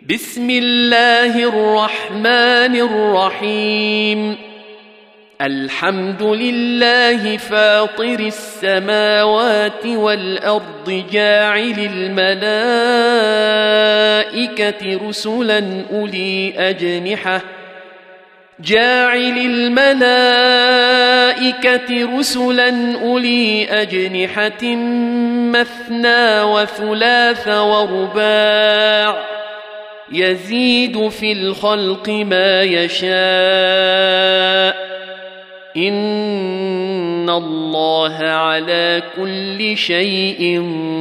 بسم الله الرحمن الرحيم. الحمد لله فاطر السماوات والأرض جاعل الملائكة رسلا أولي أجنحة مثنى وثلاث ورباع يزيد في الخلق ما يشاء إن الله على كل شيء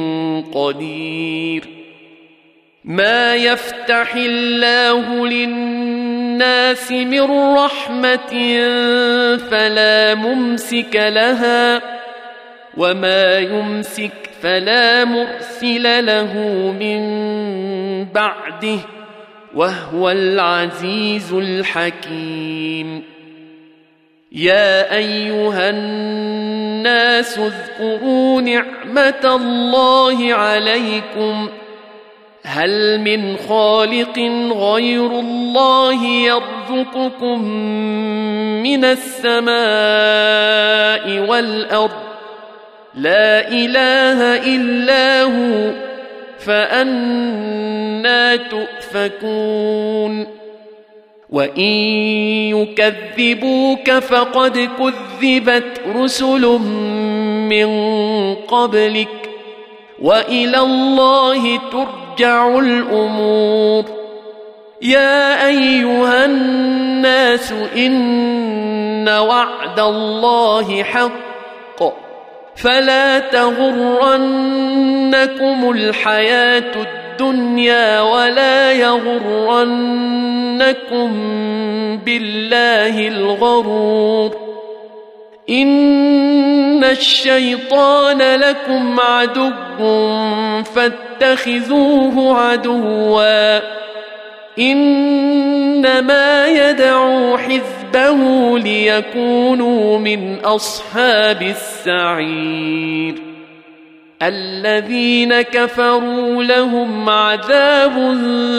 قدير. ما يفتح الله للناس من رحمة فلا ممسك لها وما يمسك فلا مرسل له من بعده وهو العزيز الحكيم. يا أيها الناس اذكروا نعمة الله عليكم هل من خالق غير الله يرزقكم من السماء والأرض لا إله إلا هو فأنى تؤفكون. وإن يكذبوك فقد كذبت رسل من قبلك وإلى الله ترجع الأمور. يا أيها الناس إن وعد الله حق فلا تغرنكم الحياة الدنيا ولا يغرنكم بالله الغرور. إن الشيطان لكم عدو فاتخذوه عدوا إنما يدعو حزبه ليكونوا من أصحاب السعير. الذين كفروا لهم عذاب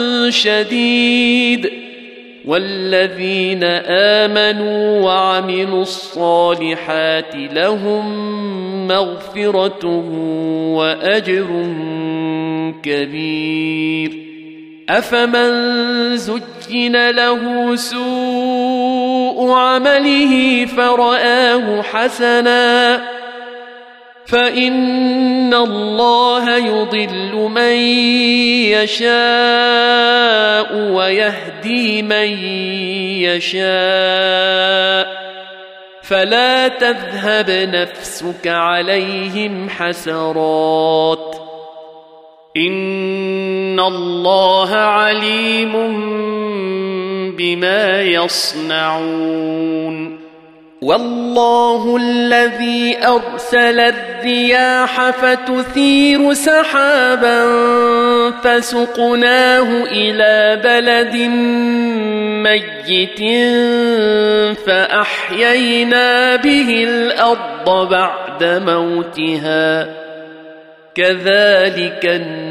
شديد والذين آمنوا وعملوا الصالحات لهم مغفرة وأجر كبير. أفمن زين له سوء عمله فرآه حسنا فإن الله يضل من يشاء ويهدي من يشاء فلا تذهب نفسك عليهم حسرات إن الله عليم بما يصنعون. والله الذي أرسل الرياح فتثير سحابا فسقناه إلى بلد ميت فأحيينا به الأرض بعد موتها كذلك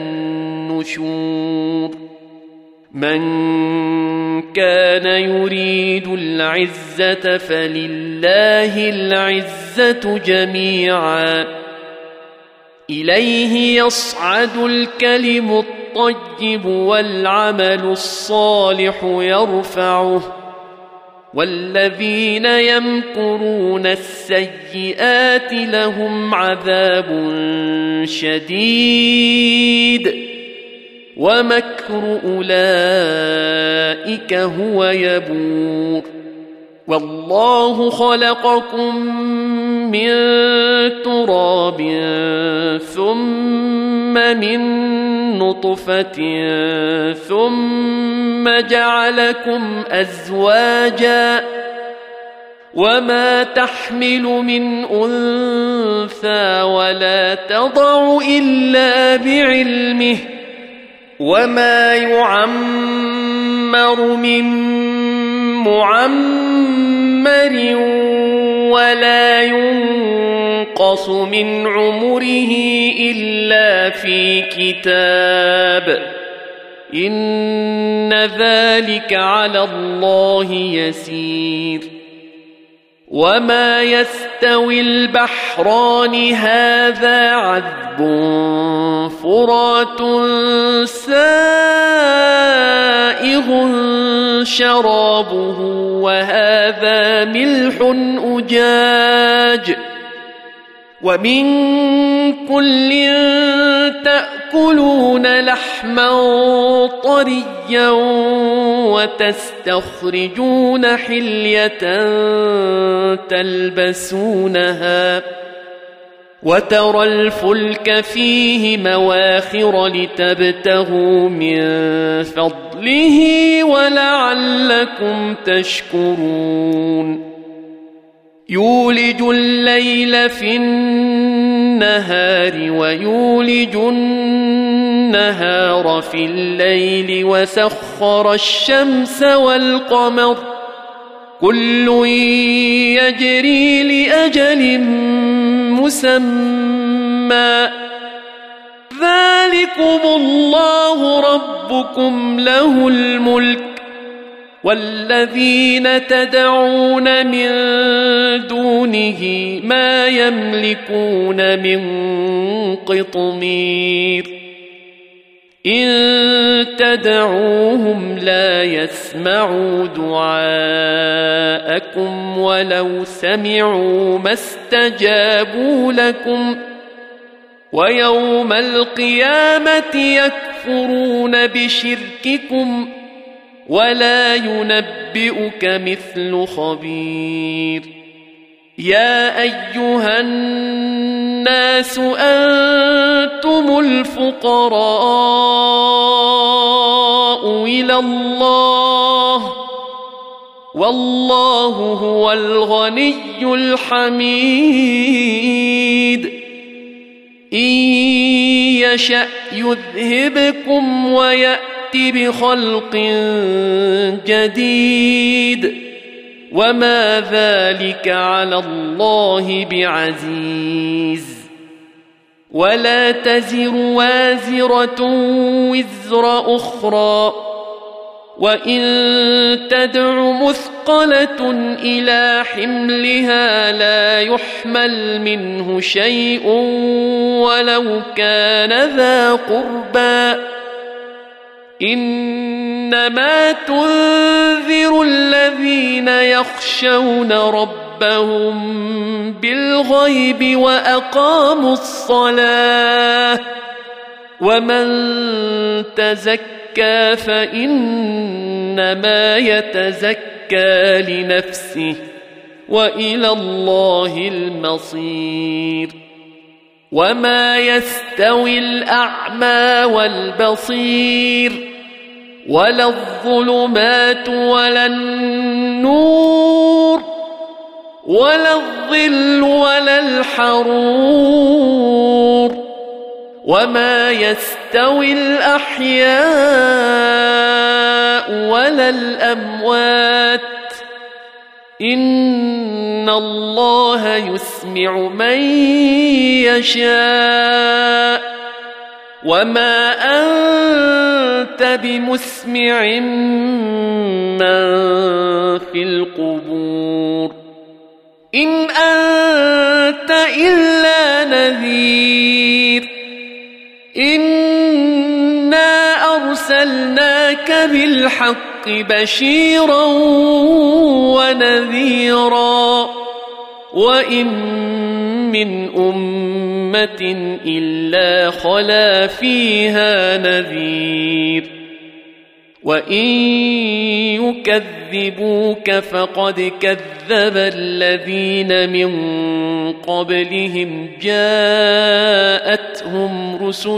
النشور. من كان يريد العزة فلله العزة جميعا إليه يصعد الكلم الطيب والعمل الصالح يرفعه والذين يمكرون السيئات لهم عذاب شديد ومكر أولئك هو يبور. والله خلقكم من تراب ثم من نطفة ثم جعلكم أزواجا وما تحمل من أنثى ولا تضع إلا بعلمه وما يعمر من معمر ولا ينقص من عمره إلا في كتاب إن ذلك على الله يسير وما يستوي البحران هذا عذب فرات سائغ شرابه وهذا ملح أجاج ومن كل تأكلون لحما طريا وتستخرجون حلية تلبسونها وترى الفلك فيه مواخر لتبتغوا من فضله ولعلكم تشكرون يولج الليل في النهار ويولج النهار في الليل وسخر الشمس والقمر كل يجري لأجل مسمى ذلكم الله ربكم له الملك والذين تدعون من دونه ما يملكون من قطمير إن تدعوهم لا يسمعوا دعاءكم ولو سمعوا ما استجابوا لكم ويوم القيامة يكفرون بشرككم ولا ينبئك مثل خبير يا أيها الناس أنتم الفقراء إلى الله والله هو الغني الحميد إن يشأ يذهبكم ويأتي بخلق جديد وما ذلك على الله بعزيز ولا تزر وازرة وزر أخرى وإن تدع مثقلة إلى حملها لا يحمل منه شيء ولو كان ذا قربى إنما تنذر الذين يخشون ربهم بالغيب وأقاموا الصلاة ومن تزكى فإنما يتزكى لنفسه وإلى الله المصير وما يستوي الأعمى والبصير ولا الظلمات ولا النور ولا الظل ولا الحرور وما يستوي الأحياء ولا الأموات إن الله يسمع من يشاء وما أنت بمسمع من في القبور إن أنت إلا نذير إنا أرسلناك بالحق بشيرا ونذيرا وإن من أمة إلا خلا فيها نذير وإن يكذبوك فقد كذب الذين من قبلهم جاءتهم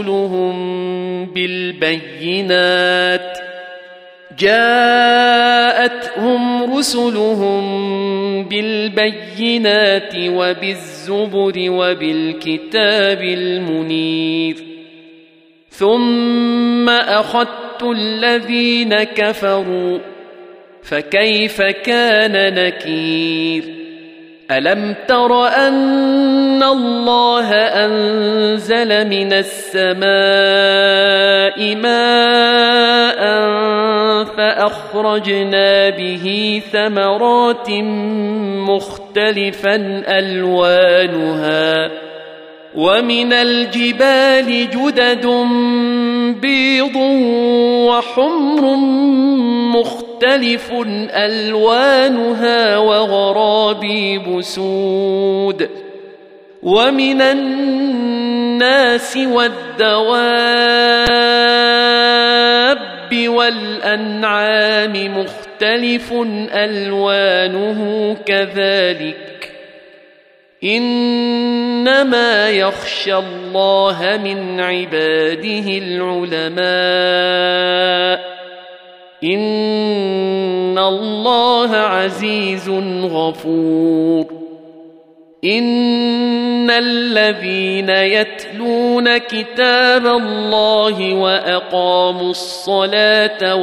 رسلهم بالبينات وبالزبر وبالكتاب المنير ثم أخذت الذين كفروا فكيف كان نكير ألم تر أن الله أنزل من السماء ماء فأخرجنا به ثمرات مختلفا ألوانها ومن الجبال جدد بيض وحمر مختلف ألوانها وغرابيب سود ومن الناس والدواب والأنعام مختلف ألوانه كذلك إنما يخشى الله من عباده العلماء إن الله عزيز غفور إن الذين يتلون كتاب الله وأقاموا الصلاة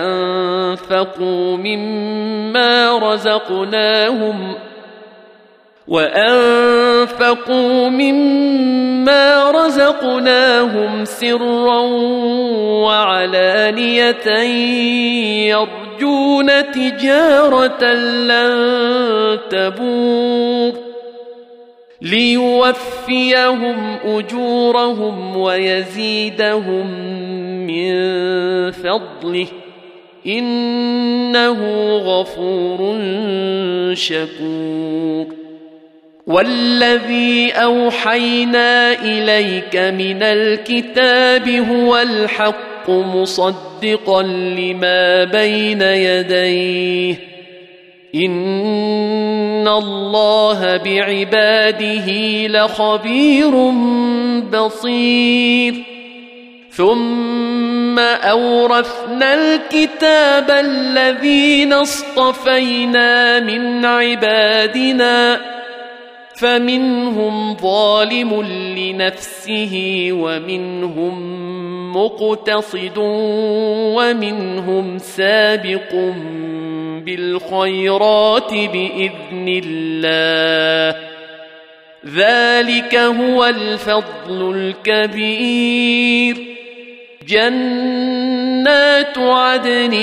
وأنفقوا مما رزقناهم سرا وعلانية يرجون تجارة لن تبور ليوفيهم أجورهم ويزيدهم من فضله إنه غفور شكور والذي أوحينا إليك من الكتاب هو الحق مصدقا لما بين يديه إن الله بعباده لخبير بصير ثم أورثنا الكتاب الذين اصطفينا من عبادنا فمنهم ظالم لنفسه ومنهم مقتصد ومنهم سابق بالخيرات بإذن الله ذلك هو الفضل الكبير جنات عدن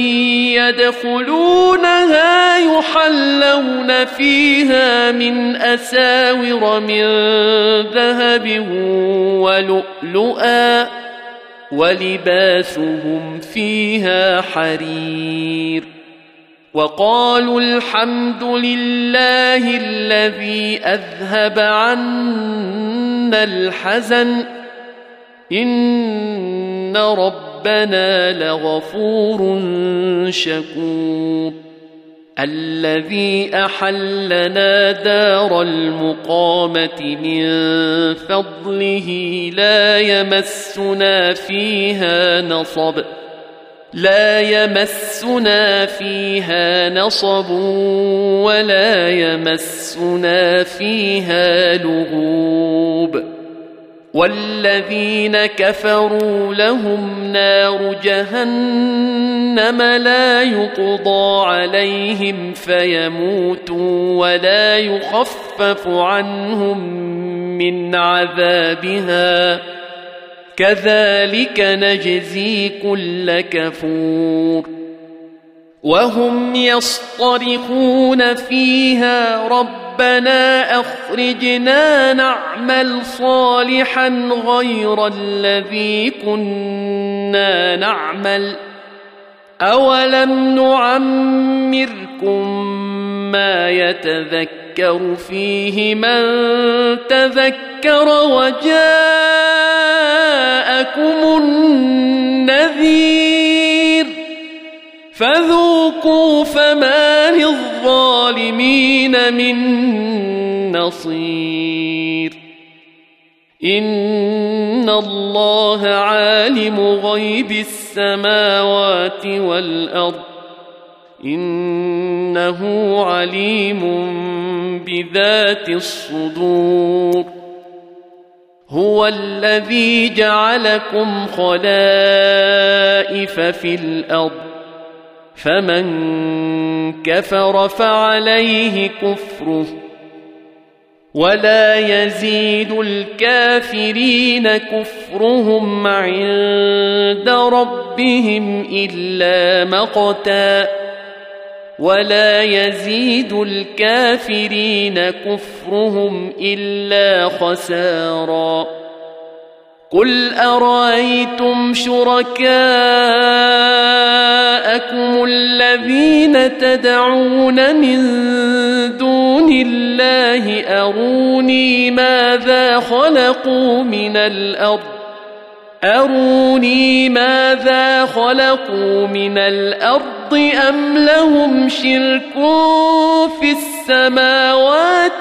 يدخلونها يحلون فيها من أساور من ذهب ولؤلؤا ولباسهم فيها حرير وقالوا الحمد لله الذي أذهب عنا الحزن إن ربنا لغفور شكور الذي أحلنا دار المقامة من فضله لا يمسنا فيها نصب ولا يمسنا فيها لغوب والذين كفروا لهم نار جهنم لا يقضى عليهم فيموتوا ولا يخفف عنهم من عذابها كذلك نجزي كل كفور وهم يصطرخون فيها ربنا أخرجنا نعمل صالحا غير الذي كنا نعمل أولم نعمركم ما يتذكر فيه من تذكر وجاءكم النذير فذوقوا فما للظالمين من نصير إن الله عالم غيب السماوات والأرض إنه عليم بذات الصدور هو الذي جعلكم خلائف في الأرض فمن كفر فعليه كفره ولا يزيد الكافرين كفرهم عند ربهم إلا مقتا ولا يزيد الكافرين كفرهم إلا خسارا قل أرأيتم شركاءكم الذين تدعون من دون الله أروني ماذا خلقوا من الأرض أم لهم شرك في السماوات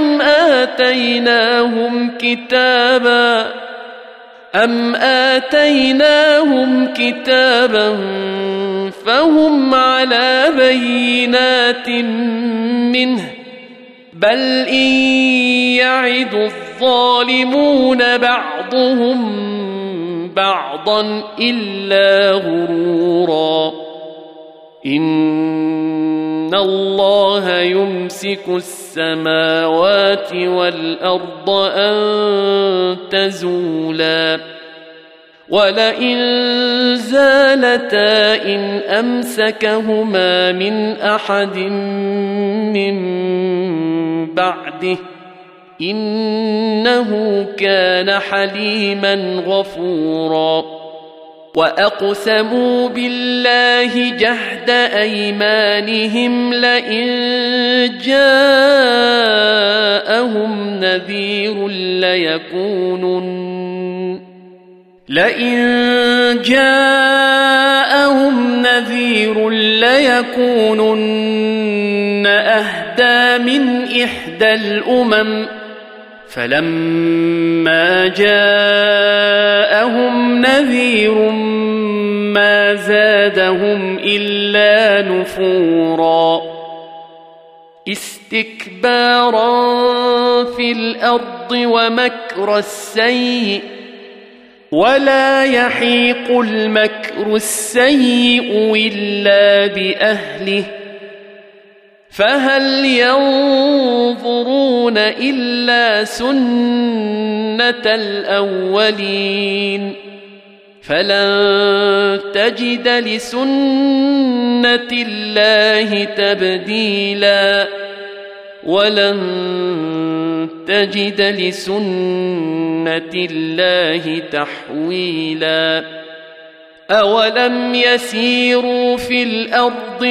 أم آتيناهم كتابا فهم على بينات منه بل إن يعد الظالمون بعضهم بعضا إلا غرورا إن الله يمسك السماوات والأرض أن تزولا ولئن زالتا إن أمسكهما من أحد من بعده إنه كان حليما غفورا وأقسموا بالله جهد أيمانهم لئن جاءهم نذير ليكونن أهدى من إحدى الأمم فلما جاءهم نذير ما زادهم إلا نفورا استكبارا في الأرض ومكر السيء ولا يحيق المكر السيء إلا بأهله فهل ينظرون إلا سنة الأولين فلن تجد لسنة الله تبديلا ولن تجد لسنة الله تحويلا أولم يسيروا في الأرض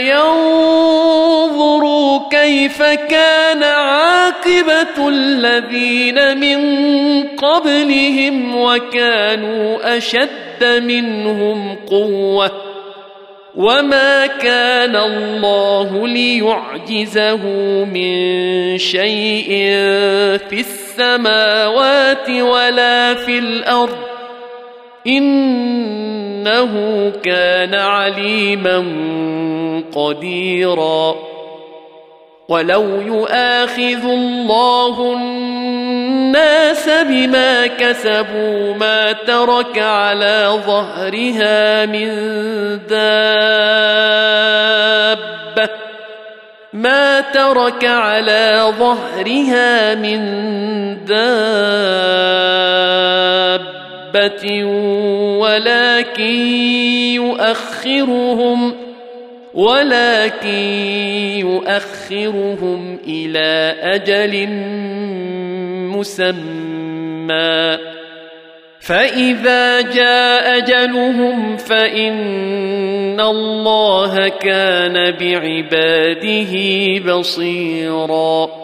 فينظروا كيف كان عاقبة الذين من قبلهم وكانوا أشد منهم قوة وما كان الله ليعجزه من شيء في السماوات ولا في الأرض إنه كان عليما قديرا ولو يؤاخذ الله الناس بما كسبوا ما ترك على ظهرها من دابة ولكن يؤخرهم إلى أجل مسمى فإذا جاء أجلهم فإن الله كان بعباده بصيراً